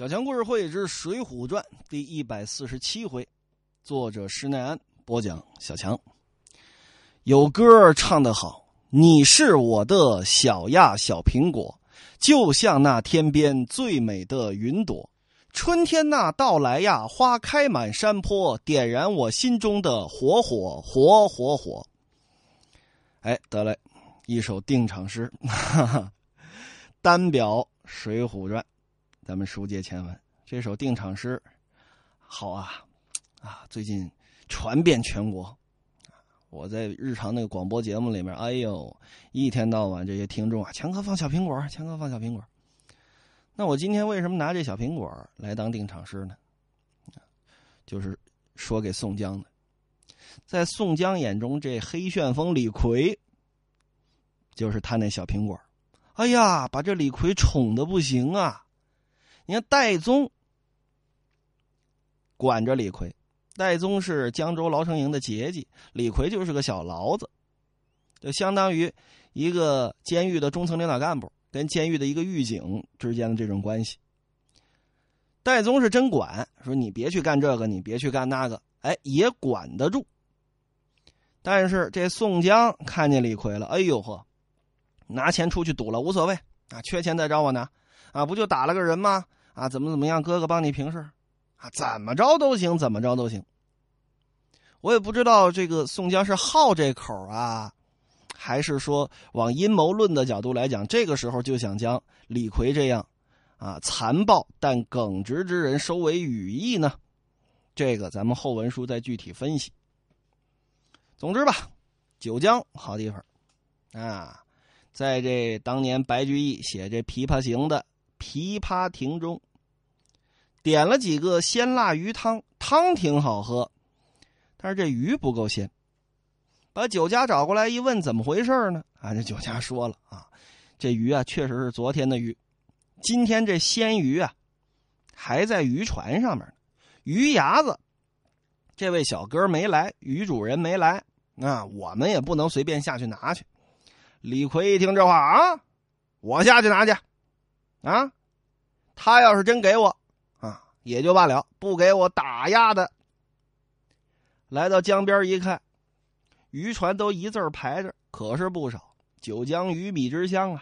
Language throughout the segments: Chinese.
小强故事会之《水浒传》第147回，作者施耐庵，播讲小强。有歌唱得好，你是我的小呀小苹果，就像那天边最美的云朵。春天那到来呀，花开满山坡，点燃我心中的火火火火火。哎，得嘞，一首定场诗，单表《水浒传》，咱们书接前文。这首定场诗好啊，最近传遍全国。我在日常那个广播节目里面，哎呦，一天到晚这些听众啊，强哥放小苹果，强哥放小苹果。那我今天为什么拿这小苹果来当定场诗呢？就是说给宋江的。在宋江眼中，这黑旋风李逵就是他那小苹果。哎呀，把这李逵宠得不行啊！你看戴宗管着李逵，戴宗是江州牢城营的节级，李逵就是个小牢子，就相当于一个监狱的中层领导干部跟监狱的一个狱警之间的这种关系。戴宗是真管，说你别去干这个，你别去干那个，哎，也管得住。但是这宋江看见李逵了，哎呦呵，拿钱出去赌了无所谓啊，缺钱再找我拿啊，不就打了个人吗？啊，怎么样，哥哥帮你平事啊，怎么着都行，怎么着都行。我也不知道这个宋江是好这口啊，还是说往阴谋论的角度来讲，这个时候就想将李逵这样残暴但耿直之人收为羽翼呢？这个咱们后文书再具体分析。总之吧，九江好地方啊，在这当年白居易写这《琵琶行》的琵琶亭中，点了几个鲜辣鱼汤，汤挺好喝，但是这鱼不够鲜。把酒家找过来一问怎么回事呢？这酒家说了这鱼确实是昨天的鱼，今天这鲜鱼还在渔船上面呢，鱼牙子这位小哥没来，鱼主人没来，我们也不能随便下去拿去。李逵一听这话我下去拿去他要是真给我也就罢了，不给我打压的。来到江边一看，渔船都一字排着，可是不少，九江鱼米之乡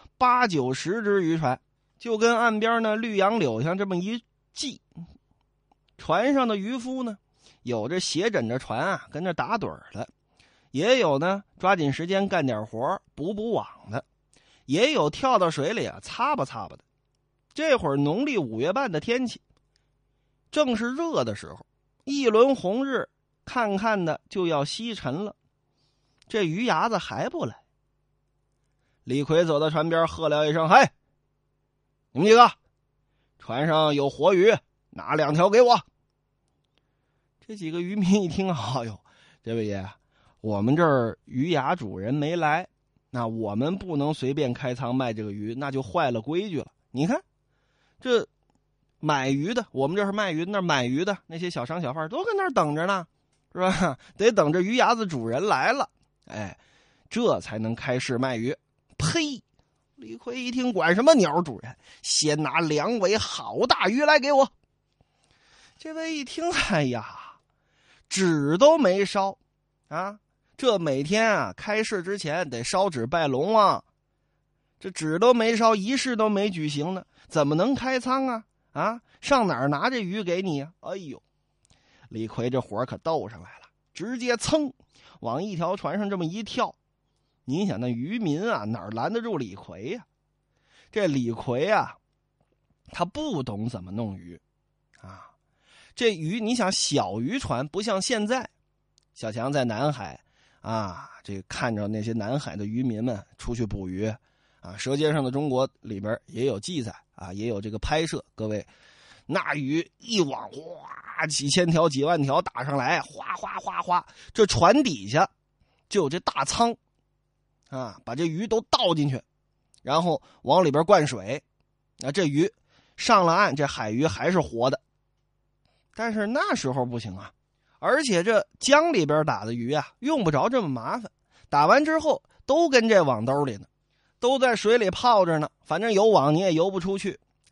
8、9、10只渔船，就跟岸边那绿杨柳上这么一系。船上的渔夫呢，有这斜枕着船跟着打盹的，也有呢抓紧时间干点活补网的，也有跳到水里擦吧擦吧的。这会儿农历5月半的天气，正是热的时候，一轮红日看看的就要西沉了，这鱼牙子还不来。李逵走到船边喝了一声：“嘿，你们几个，船上有活鱼，拿2条给我。”这几个渔民一听，哎呦，这位爷，我们这儿鱼牙主人没来，那我们不能随便开仓卖这个鱼，那就坏了规矩了。你看这买鱼的，我们这是卖鱼的，那买鱼的那些小商小贩都跟那儿等着呢，是吧？得等着鱼牙子主人来了，这才能开市卖鱼。呸！李逵一听，管什么鸟主人，先拿2尾好大鱼来给我。这位一听，哎呀，纸都没烧这每天开市之前得烧纸拜龙这纸都没烧，仪式都没举行呢，怎么能开仓上哪儿拿这鱼给你哎呦，李逵这火可斗上来了，直接噌往一条船上这么一跳。您想那渔民哪儿拦得住李逵呀？这李逵他不懂怎么弄鱼这鱼你想小渔船不像现在，小强在南海这看着那些南海的渔民们出去捕鱼舌尖上的中国里边也有记载也有这个拍摄。各位，那鱼一网几千条几万条打上来，哗哗哗哗，这船底下就有这大舱把这鱼都倒进去，然后往里边灌水这鱼上了岸，这海鱼还是活的。但是那时候不行而且这江里边打的鱼用不着这么麻烦，打完之后都跟这网兜里呢，都在水里泡着呢，反正有网你也游不出去。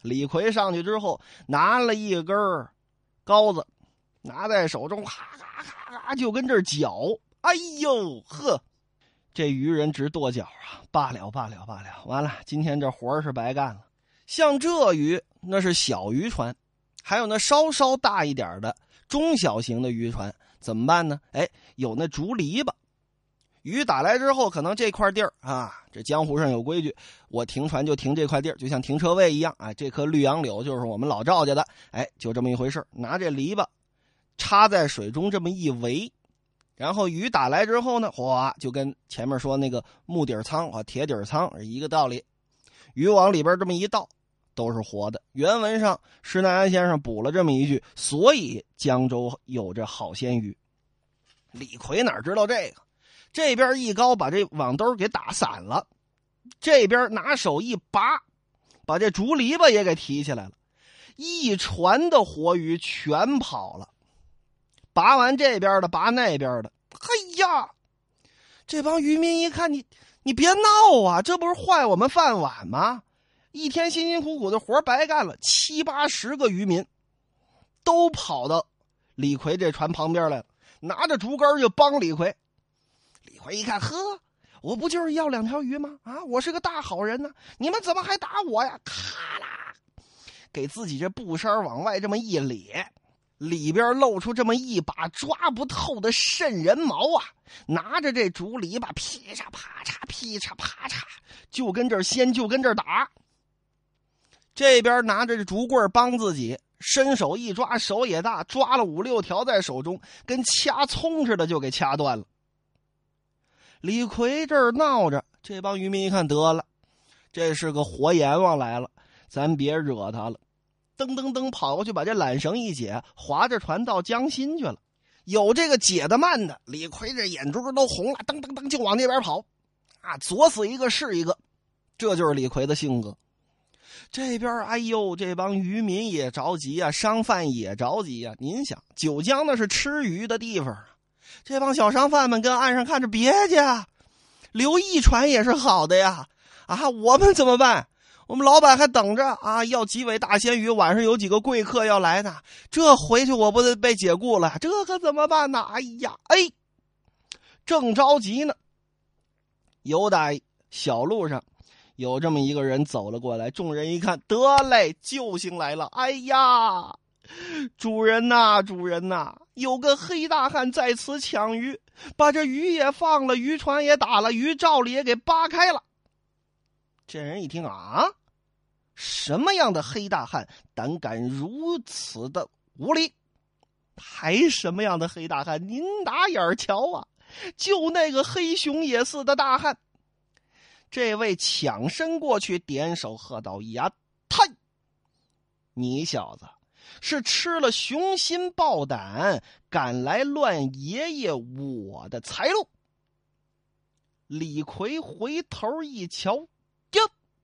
李逵上去之后，拿了一根篙子，拿在手中，咔咔咔咔就跟这儿搅。哎呦呵，这渔人直跺脚啊！罢了，完了，今天这活是白干了。像这鱼那是小渔船，还有那稍稍大一点的中小型的渔船，怎么办呢？有那竹篱笆。鱼打来之后，可能这块地儿啊，这江湖上有规矩，我停船就停这块地儿，就像停车位一样啊。这棵绿杨柳就是我们老赵家的，就这么一回事。拿这篱笆插在水中这么一围，然后鱼打来之后呢，哗，就跟前面说那个木底仓啊、铁底仓是一个道理。鱼往里边这么一倒，都是活的。原文上施耐庵先生补了这么一句，所以江州有着好鲜鱼。李逵哪知道这个？这边一篙把这网兜给打散了，这边拿手一拔，把这竹篱笆也给提起来了，一船的活鱼全跑了。拔完这边的，拔那边的。哎呀，这帮渔民一看，你别闹啊，这不是坏我们饭碗吗？一天辛辛苦苦的活白干了，70、80个渔民都跑到李逵这船旁边来了，拿着竹竿就帮李逵。李逵一看，呵，我不就是要2条鱼吗？啊，我是个大好人呢，你们怎么还打我呀？咔啦，给自己这布衫往外这么一咧，里边露出这么一把抓不透的瘆人矛啊！拿着这竹篱笆，劈嚓啪嚓，劈嚓啪嚓，就跟这儿就跟这儿打。这边拿着这竹棍帮自己，伸手一抓，手也大，抓了5、6条在手中，跟掐葱似的就给掐断了。李逵这儿闹着，这帮渔民一看，得了，这是个活阎王来了，咱别惹他了。噔噔噔跑过去，把这缆绳一解，划着船到江心去了。有这个解得慢的，李逵这眼珠子都红了，噔噔噔就往那边跑啊，左死一个是一个，这就是李逵的性格。这边哎呦，这帮渔民也着急啊，商贩也着急啊。您想，九江那是吃鱼的地方啊，这帮小商贩们跟岸上看着，别介，留一船也是好的呀。啊，我们怎么办？我们老板还等着啊，要几尾大鲜鱼，晚上有几个贵客要来呢，这回去我不得被解雇了，这可怎么办呢？哎呀，正着急呢，有打小路上有这么一个人走了过来，众人一看，得嘞，救星来了！哎呀，主人呐，有个黑大汉在此抢鱼，把这鱼也放了，渔船也打了，鱼罩里也给扒开了。这人一听啊，什么样的黑大汉胆敢如此的无礼？还什么样的黑大汉？您打眼瞧啊，就那个黑熊也似的大汉。这位抢身过去，点手喝道：“呀，太！你小子是吃了雄心豹胆，敢来乱爷爷我的财路！”李逵回头一瞧，哟，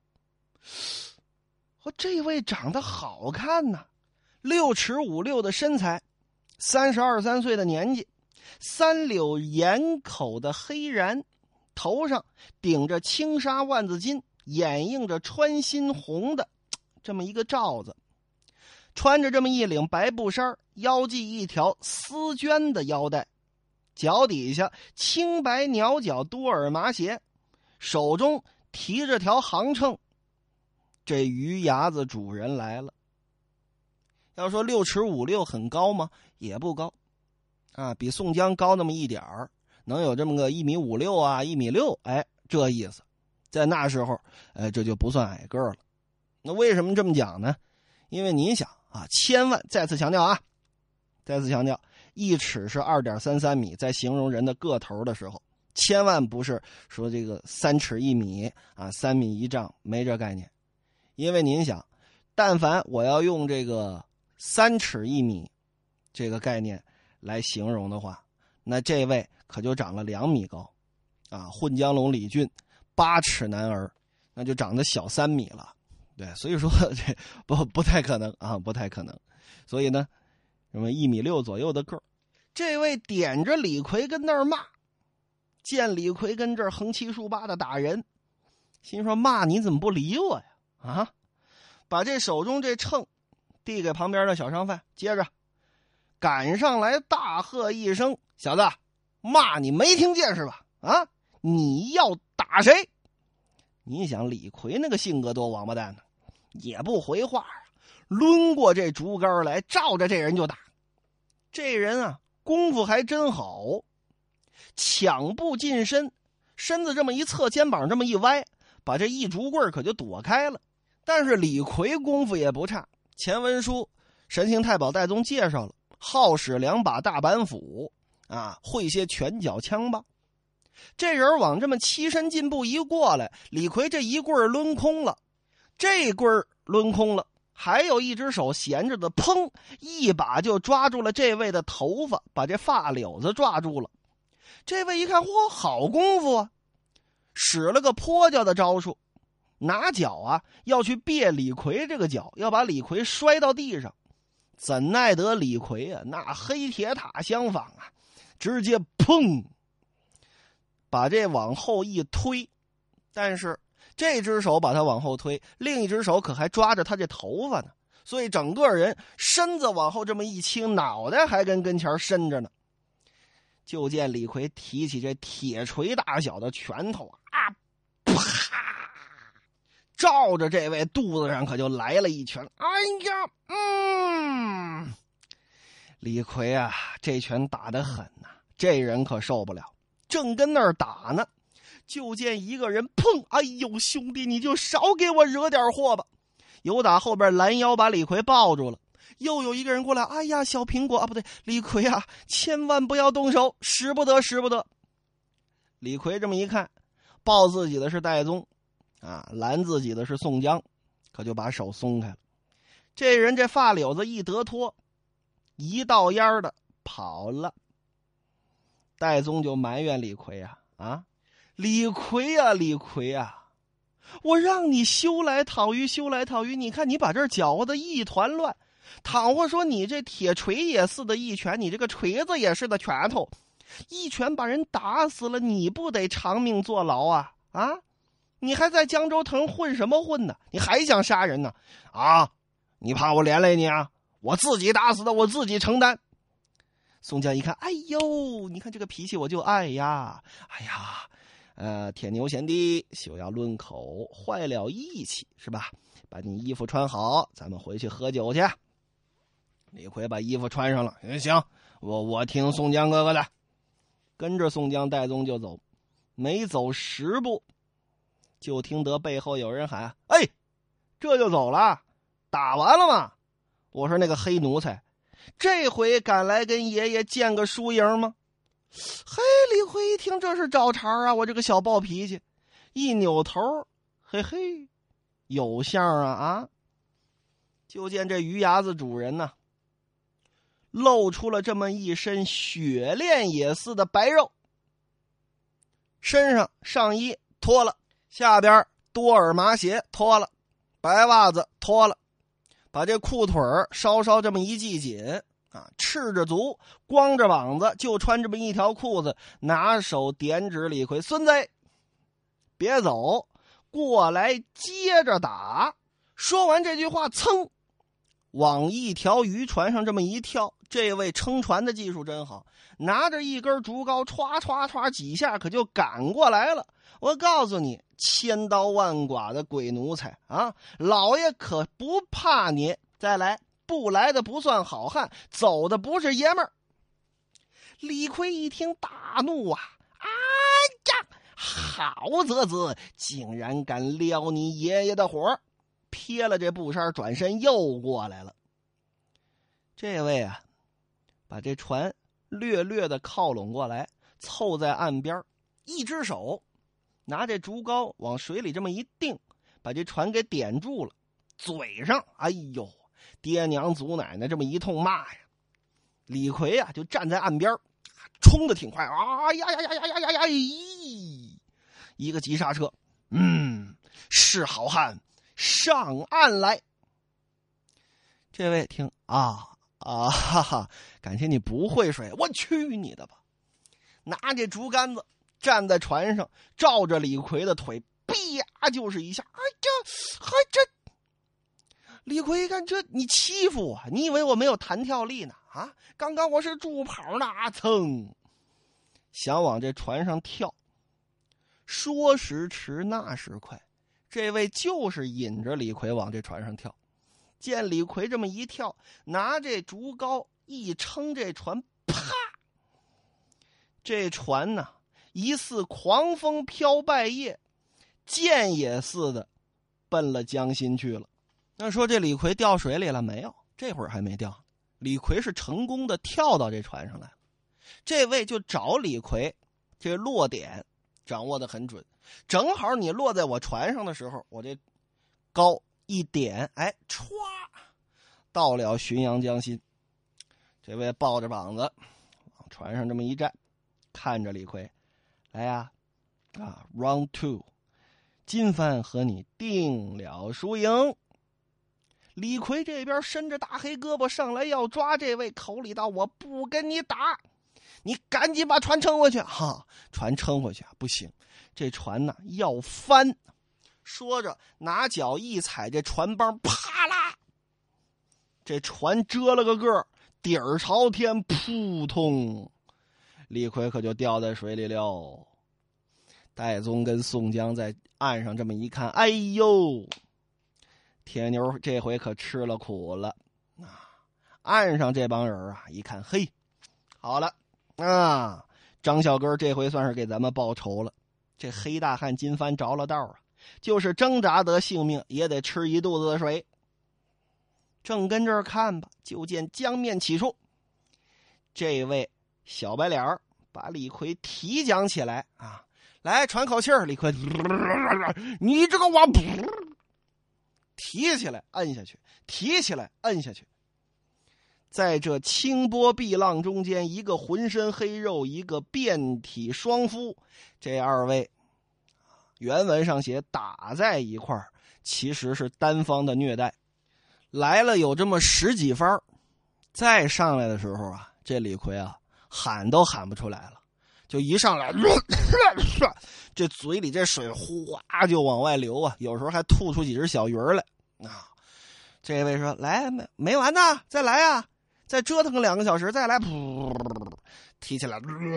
这位长得好看呐，6尺5六的身材，32、3岁的年纪，3绺眼口的黑髯，头上顶着青纱万字巾，掩映着穿心红的这么一个罩子，穿着这么一领白布衫，腰系一条丝绢的腰带，脚底下青白鸟脚多尔麻鞋，手中提着条航秤。这鱼牙子主人来了。要说6尺5六很高吗？也不高啊，比宋江高那么一点儿，能有这么个1米5六啊，1米6，这意思。在那时候，这就不算矮个了。那为什么这么讲呢？因为您想啊，千万再次强调，1尺是2.33米，在形容人的个头的时候，千万不是说这个3尺1米啊，3米1丈，没这概念。因为您想，但凡我要用这个3尺1米这个概念来形容的话，那这位可就长了2米高啊！混江龙李俊8尺男儿，那就长得小3米了。对，所以说这不太可能啊，不太可能。所以呢，什么1米6左右的个儿，这位点着李逵跟那儿骂，见李逵跟这儿横七竖八的打人，心说骂你怎么不理我呀？啊， 把这手中这秤递给旁边的小商贩，接着赶上来大喝一声：“小子，骂你没听见是吧？啊，你要打谁？”你想李逵那个性格多王八蛋呢，也不回话啊，抡过这竹竿来，照着这人就打。这人啊，功夫还真好，抢步近身，身子这么一侧，肩膀这么一歪，把这一竹棍可就躲开了。但是李逵功夫也不差，前文书神行太保戴宗介绍了，好使2把大板斧啊，会些拳脚枪棒。这人往这么欺身进步一过来，李逵这一棍抡空了，这棍抡空了，还有一只手闲着的，砰，一把就抓住了这位的头发，把这发绺子抓住了。这位一看，嚯，好功夫啊，使了个坡脚的招数，拿脚啊要去别李逵这个脚，要把李逵摔到地上。怎奈得李逵啊，那黑铁塔相仿啊，直接砰，把这往后一推。但是这只手把他往后推，另一只手可还抓着他这头发呢，所以整个人身子往后这么一倾，脑袋还跟前伸着呢。就见李逵提起这铁锤大小的拳头啊，啪，照着这位肚子上可就来了一拳。哎呀，李逵啊，这拳打得狠呐，这人可受不了，正跟那儿打呢，就见一个人砰，哎呦，兄弟，你就少给我惹点祸吧。有打后边拦腰把李逵抱住了，又有一个人过来，哎呀，小苹果啊，不对，李逵啊，千万不要动手，使不得，使不得。李逵这么一看，抱自己的是戴宗啊，拦自己的是宋江，可就把手松开了。这人这发绺子一得脱，一道烟的跑了。戴宗就埋怨李逵啊，李逵啊，李逵啊，我让你休来讨鱼，休来讨鱼，你看你把这儿搅和的一团乱。倘或说你这铁锤也似的一拳，你这个锤子也是的拳头，一拳把人打死了，你不得长命坐牢啊？啊，你还在江州城混什么混呢？你还想杀人呢？啊，你怕我连累你啊？我自己打死的，我自己承担。宋江一看，哎呦，你看这个脾气我就爱呀，哎呀，铁牛贤弟，休要论口，坏了义气，是吧？把你衣服穿好，咱们回去喝酒去。李逵把衣服穿上了，行，我听宋江哥哥的，跟着宋江戴宗就走。没走10步，就听得背后有人喊：“哎，这就走了？打完了吗？”我说那个黑奴才，这回敢来跟爷爷见个输赢吗？嘿，李逵一听这是找茬啊，我这个小暴脾气，一扭头，嘿嘿，有相啊！就见这鱼牙子主人呢，露出了这么一身雪练也似的白肉，身上上衣脱了，下边多尔麻鞋脱了，白袜子脱了，把这裤腿稍稍这么一系紧啊，赤着足，光着膀子，就穿这么一条裤子，拿手点指李逵：“孙子，别走，过来接着打。”说完这句话，噌，往一条渔船上这么一跳。这位撑船的技术真好，拿着一根竹篙，歘歘歘几下可就赶过来了。我告诉你，千刀万剐的鬼奴才啊，老爷可不怕你。再来，不来的不算好汉，走的不是爷们儿。李逵一听大怒啊！哎呀，好泽子，竟然敢撩你爷爷的火！撇了这布衫，转身又过来了。这位啊，把这船略略的靠拢过来，凑在岸边，一只手拿这竹篙往水里这么一定，把这船给点住了。嘴上，哎呦，爹娘祖奶奶这么一通骂呀。李逵啊，就站在岸边，冲得挺快啊呀呀呀呀呀呀呀！一个急刹车，是好汉，上岸来。这位听哈哈，感情你不会水，我去你的吧！拿这竹竿子站在船上，照着李逵的腿，啪就是一下，哎呀，还这， 李逵一看，这你欺负我，你以为我没有弹跳力呢？啊，刚刚我是猪跑呢，噌，想往这船上跳。说时迟，那时快，这位就是引着李逵往这船上跳。见李逵这么一跳，拿这竹篙一撑，这船啪，这船呢疑似狂风飘败叶，箭也似的奔了江心去了。那说这李逵掉水里了没有？这会儿还没掉，李逵是成功的跳到这船上来了。这位就找李逵，这落点掌握的很准，正好你落在我船上的时候，我这篙一点，哎，歘，到了浔阳江心。这位抱着膀子往船上这么一站，看着李逵，来呀，Round 2，金帆和你定了输赢。李逵这边伸着大黑胳膊上来要抓这位，口里道：“我不跟你打，你赶紧把船撑回去。”哈，船撑回去不行，这船呢要翻。说着，拿脚一踩这船帮，啪啦，这船折了个个，底儿朝天，扑通，李逵可就掉在水里了。戴宗跟宋江在岸上这么一看，哎呦！铁牛这回可吃了苦了岸上这帮人啊，一看，嘿，好了啊，张小哥这回算是给咱们报仇了。这黑大汉金帆着了道啊，就是挣扎得性命，也得吃一肚子的水。正跟这儿看吧，就见江面起处，这位小白脸把李逵提桨起来啊，来喘口气儿。李逵，你这个王八！提起来摁下去，提起来摁下去。在这清波碧浪中间，一个浑身黑肉，一个遍体双肤，这二位原文上写打在一块儿，其实是单方的虐待。来了有这么十几番，再上来的时候啊，这李逵啊喊都喊不出来了，就一上来这嘴里这水哗就往外流啊，有时候还吐出几只小鱼来啊。这位说，来，没完呢，再来啊，再折腾个2个小时再来，提起来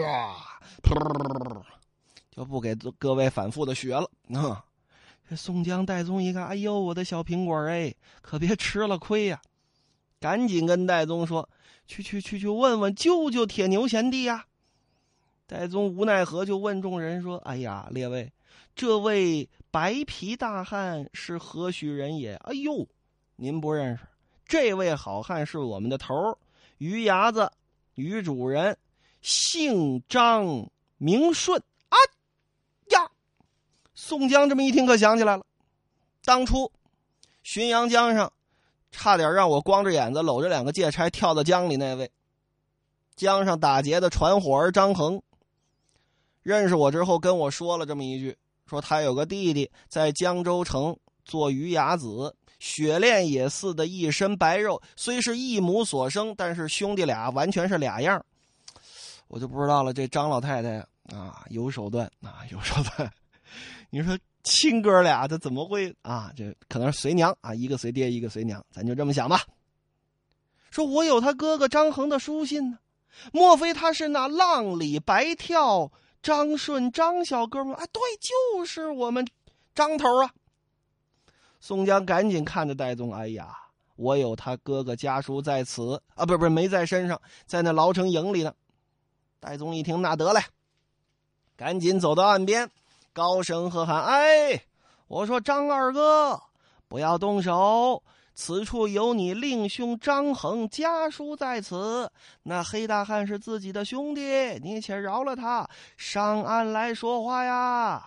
就不给各位反复的学了这宋江戴宗一看，哎呦，我的小苹果，哎，可别吃了亏呀，赶紧跟戴宗说，去问问救救铁牛贤弟呀。戴宗无奈何，就问众人说，哎呀，列位，这位白皮大汉是何许人也？哎呦，您不认识，这位好汉是我们的头于牙子，于主人，姓张名顺啊呀！宋江这么一听可想起来了，当初浔阳江上差点让我光着眼子搂着2个戒差跳到江里那位，江上打劫的船伙儿张衡，认识我之后跟我说了这么一句，说他有个弟弟在江州城做鱼牙子，雪练也似的一身白肉，虽是一母所生，但是兄弟俩完全是俩样。我就不知道了，这张老太太啊有手段啊，有手段。你说亲哥俩他怎么会啊？这可能是随娘啊，一个随爹一个随娘，咱就这么想吧。说我有他哥哥张衡的书信呢，莫非他是那浪里白跳张顺张小哥吗？啊，对，就是我们张头啊。宋江赶紧看着戴宗，哎呀，我有他哥哥家书在此啊，不是没在身上，在那牢城营里呢。戴宗一听，那得嘞，赶紧走到岸边，高声喝喊，哎，我说张二哥，不要动手，此处有你令兄张衡家书在此，那黑大汉是自己的兄弟，你且饶了他，上岸来说话呀。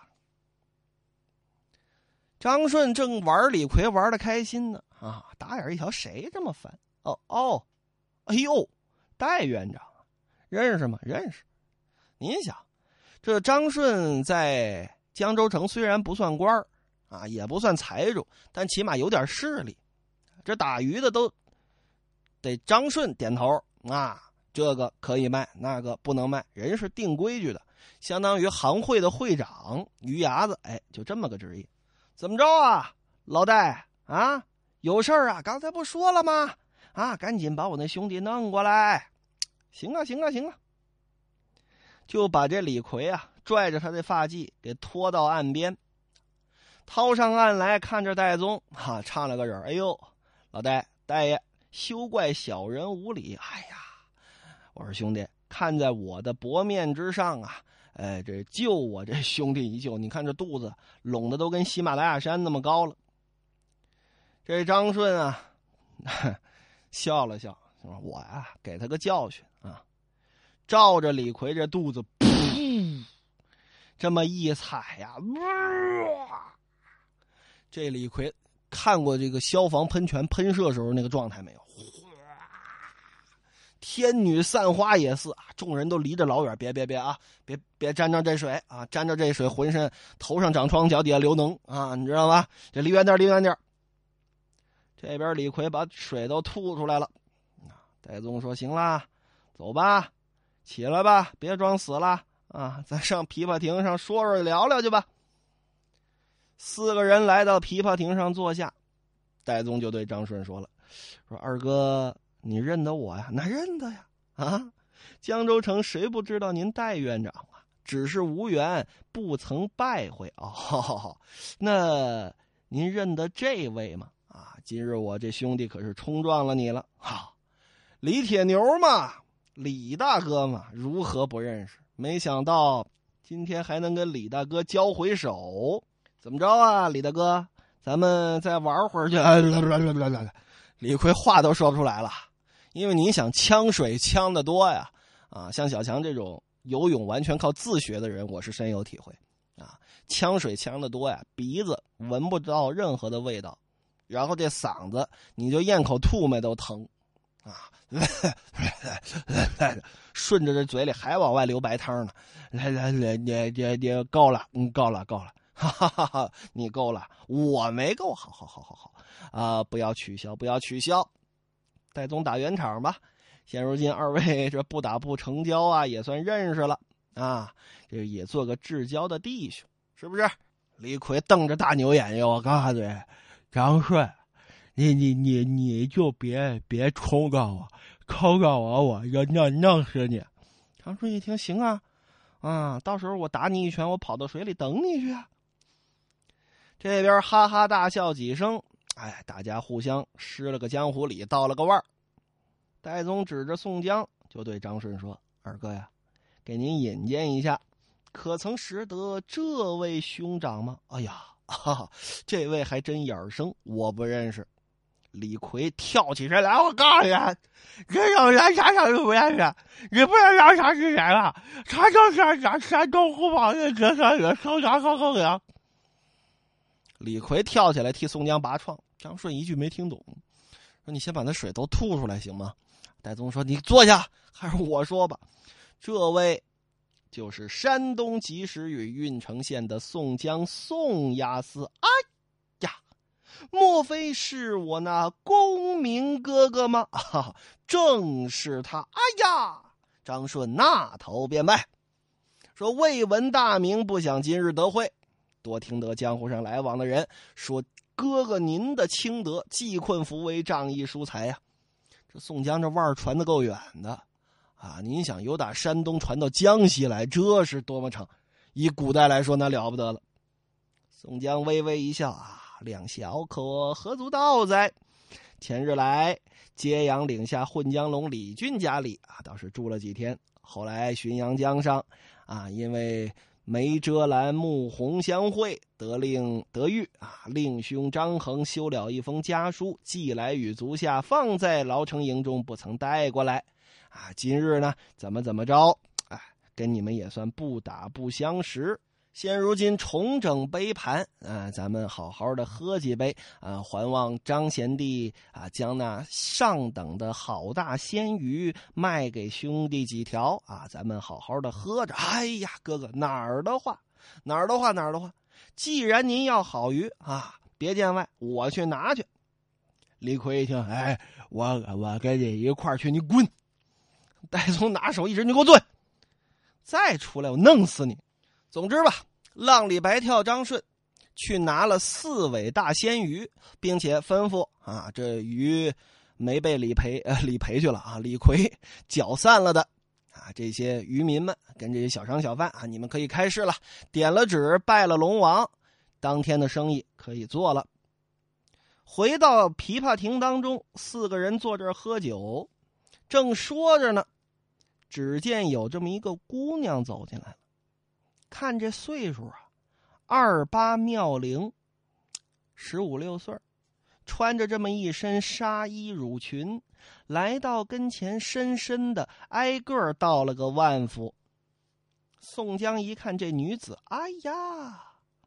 张顺正玩李逵玩得开心呢啊，打眼一瞧，谁这么烦？哎呦，戴院长认识吗？认识。您想，这张顺在江州城虽然不算官啊，也不算财主，但起码有点势力。这打鱼的都得张顺点头啊，这个可以卖，那个不能卖，人是定规矩的，相当于行会的会长，鱼牙子，哎，就这么个职业。怎么着啊，老戴啊， 有事儿啊？刚才不说了吗？啊，赶紧把我那兄弟弄过来。行啊，行啊，行啊。就把这李逵啊拽着他的发髻给拖到岸边，掏上岸来，看着戴宗唱了个人：“哎呦，老大爷，休怪小人无礼。哎呀，我说兄弟，看在我的薄面之上啊，这救我这兄弟一救，你看这肚子拢的都跟喜马拉雅山那么高了。”这张顺啊笑了笑，说：“我呀给他个教训啊。”照着李逵这肚子噗这么一踩呀，这李逵看过这个消防喷泉喷射时候那个状态没有？天女散花也似啊！众人都离着老远，别啊，别沾着这水啊！沾着这水，浑身头上长疮，脚底下流脓啊！你知道吧？这离远点，离远点。这边李逵把水都吐出来了。戴宗说：“行啦，走吧，起来吧，别装死了啊！咱上琵琶亭上说聊聊去吧。”4个人来到琵琶亭上坐下，戴宗就对张顺说了：“说二哥，你认得我呀？”“那认得呀！啊，江州城谁不知道您戴院长啊？只是无缘，不曾拜会哦。那您认得这位吗？啊，今日我这兄弟可是冲撞了你了。李铁牛嘛，李大哥嘛，如何不认识？没想到今天还能跟李大哥交回手。怎么着啊，李大哥，咱们再玩会儿去。”李逵话都说不出来了，因为你想呛水呛得多呀，像小强这种游泳完全靠自学的人，我是深有体会啊。呛水呛得多呀，鼻子闻不到任何的味道，然后这嗓子你就咽口吐沫都疼啊，顺着这嘴里还往外流白汤呢。来，你够了，够了，哈哈哈哈！你够了，我没够，好啊！不要取消。戴宗打圆场吧。现如今二位这不打不成交啊，也算认识了啊，这也做个至交的弟兄，是不是？李逵瞪着大牛眼睛，我告诉你，张顺，你就别冲告我，控告我就弄死你。张顺一听，行啊，到时候我打你一拳，我跑到水里等你去啊。这边哈哈大笑几声，大家互相施了个江湖礼，道了个腕。戴宗指着宋江就对张顺说：“二哥呀，给您引荐一下，可曾识得这位兄长吗？”“哎呀，这位还真眼生，我不认识。”李逵跳起身来：“我告诉你，这种人啥都不认识，你不知道他是谁了？他就是山东虎坊的折扇人宋江高粱。”李逵跳起来替宋江拔创，张顺一句没听懂，说：“你先把那水都吐出来行吗？”戴宗说：“你坐下，还是我说吧。这位就是山东及时雨郓城县的宋江宋押司。哎呀，莫非是我那公明哥哥吗？正是他。哎呀！”张顺那头便拜，说：“未闻大名，不想今日得会。多听得江湖上来往的人说，哥哥您的清德，济困扶危，仗义疏财呀。这宋江这腕传得够远的啊！您想由打山东传到江西来，这是多么长？以古代来说，那了不得了。”宋江微微一笑两小可何足道哉？前日来揭阳岭下混江龙李俊家里倒是住了几天。后来浔阳江上因为梅遮拦穆弘相会，得谕令兄张衡修了一封家书，寄来与足下，放在牢城营中，不曾带过来今日呢怎么着跟你们也算不打不相识。现如今重整杯盘咱们好好的喝几杯还望张贤弟将那上等的好大鲜鱼卖给兄弟几条咱们好好的喝着。哎呀，哥哥，哪儿的话，既然您要好鱼别见外，我去拿去。李逵一听，我跟你一块儿去，你滚！戴宗拿手一指，你给我蹲！再出来我弄死你！总之吧，浪里白跳张顺去拿了4尾大鲜鱼，并且吩咐这鱼没被李逵去了啊，李逵搅散了的这些渔民们跟这些小商小贩你们可以开市了，点了旨，拜了龙王，当天的生意可以做了。回到琵琶亭当中，4个人坐这儿喝酒，正说着呢，只见有这么一个姑娘走进来了。看这岁数28妙龄，15、16岁，穿着这么一身纱衣乳裙，来到跟前，深深的挨个道了个万福。宋江一看这女子，哎呀，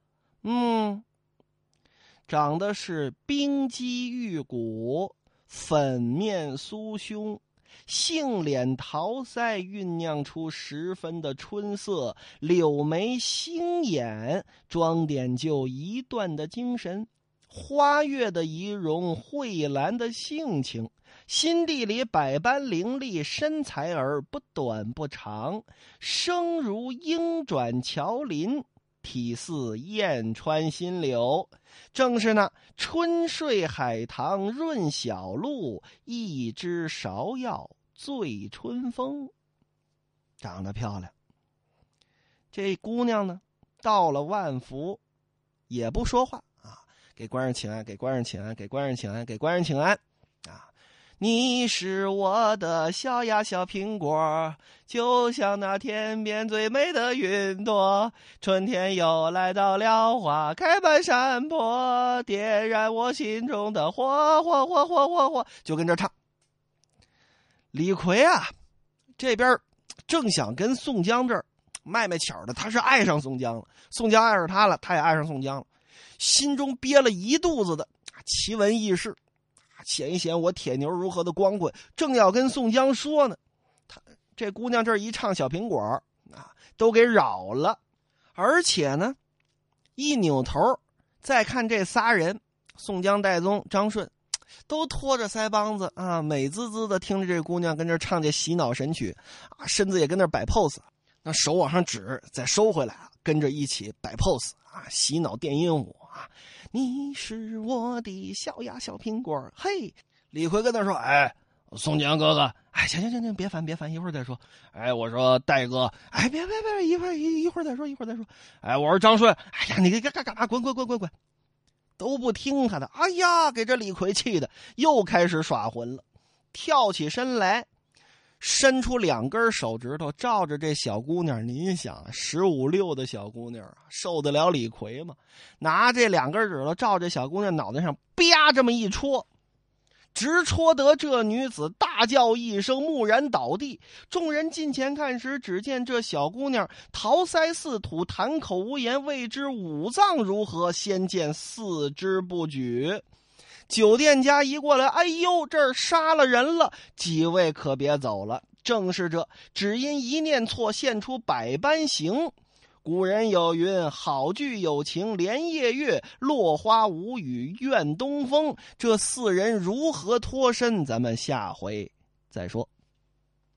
长得是冰肌玉骨，粉面酥胸，杏脸桃腮，酝酿出十分的春色，柳眉星眼，装点就一段的精神，花月的仪容，蕙兰的性情，心地里百般伶俐，身材儿不短不长，声如莺转乔林，体似燕穿新柳，正是那春睡海棠润小路，一枝芍药醉春风。长得漂亮。这姑娘呢，到了万福也不说话给官人请安，给官人请安，给官人请安，给官人请安你是我的小呀小苹果，就像那天边最美的云朵，春天又来到了，花开满山坡，点燃我心中的火，火火火火火，就跟这唱。李逵这边正想跟宋江这儿卖巧的，他是爱上宋江了，宋江爱上他了，他也爱上宋江了，心中憋了一肚子的奇闻异事，显一显我铁牛如何的光棍，正要跟宋江说呢，这姑娘这一唱小苹果都给扰了。而且呢，一扭头再看这仨人，宋江、戴宗、张顺，都拖着腮帮子美滋滋的听着这姑娘跟这唱这洗脑神曲身子也跟那摆 pose， 那手往上指再收回来跟着一起摆 pose 洗脑电音舞你是我的小呀小苹果，嘿！李逵跟他说：“宋江哥哥，行，别烦，一会儿再说。我说戴哥，别，一会儿再说。我说张顺，你干嘛？滚！都不听他的。哎呀，给这李逵气的又开始耍混了，跳起身来，伸出2根手指头照着这小姑娘。你想，15、16的小姑娘受得了李逵吗？拿这2根指头照着小姑娘脑袋上啪这么一戳，直戳得这女子大叫一声，蓦然倒地。众人近前看时，只见这小姑娘桃腮似土，谈口无言，未知五脏如何，先见四肢不举。酒店家一过来，哎呦，这儿杀了人了，几位可别走了。正是这，只因一念错，现出百般形。古人有云，好聚有情连夜月，落花无语怨东风。这4人如何脱身，咱们下回再说。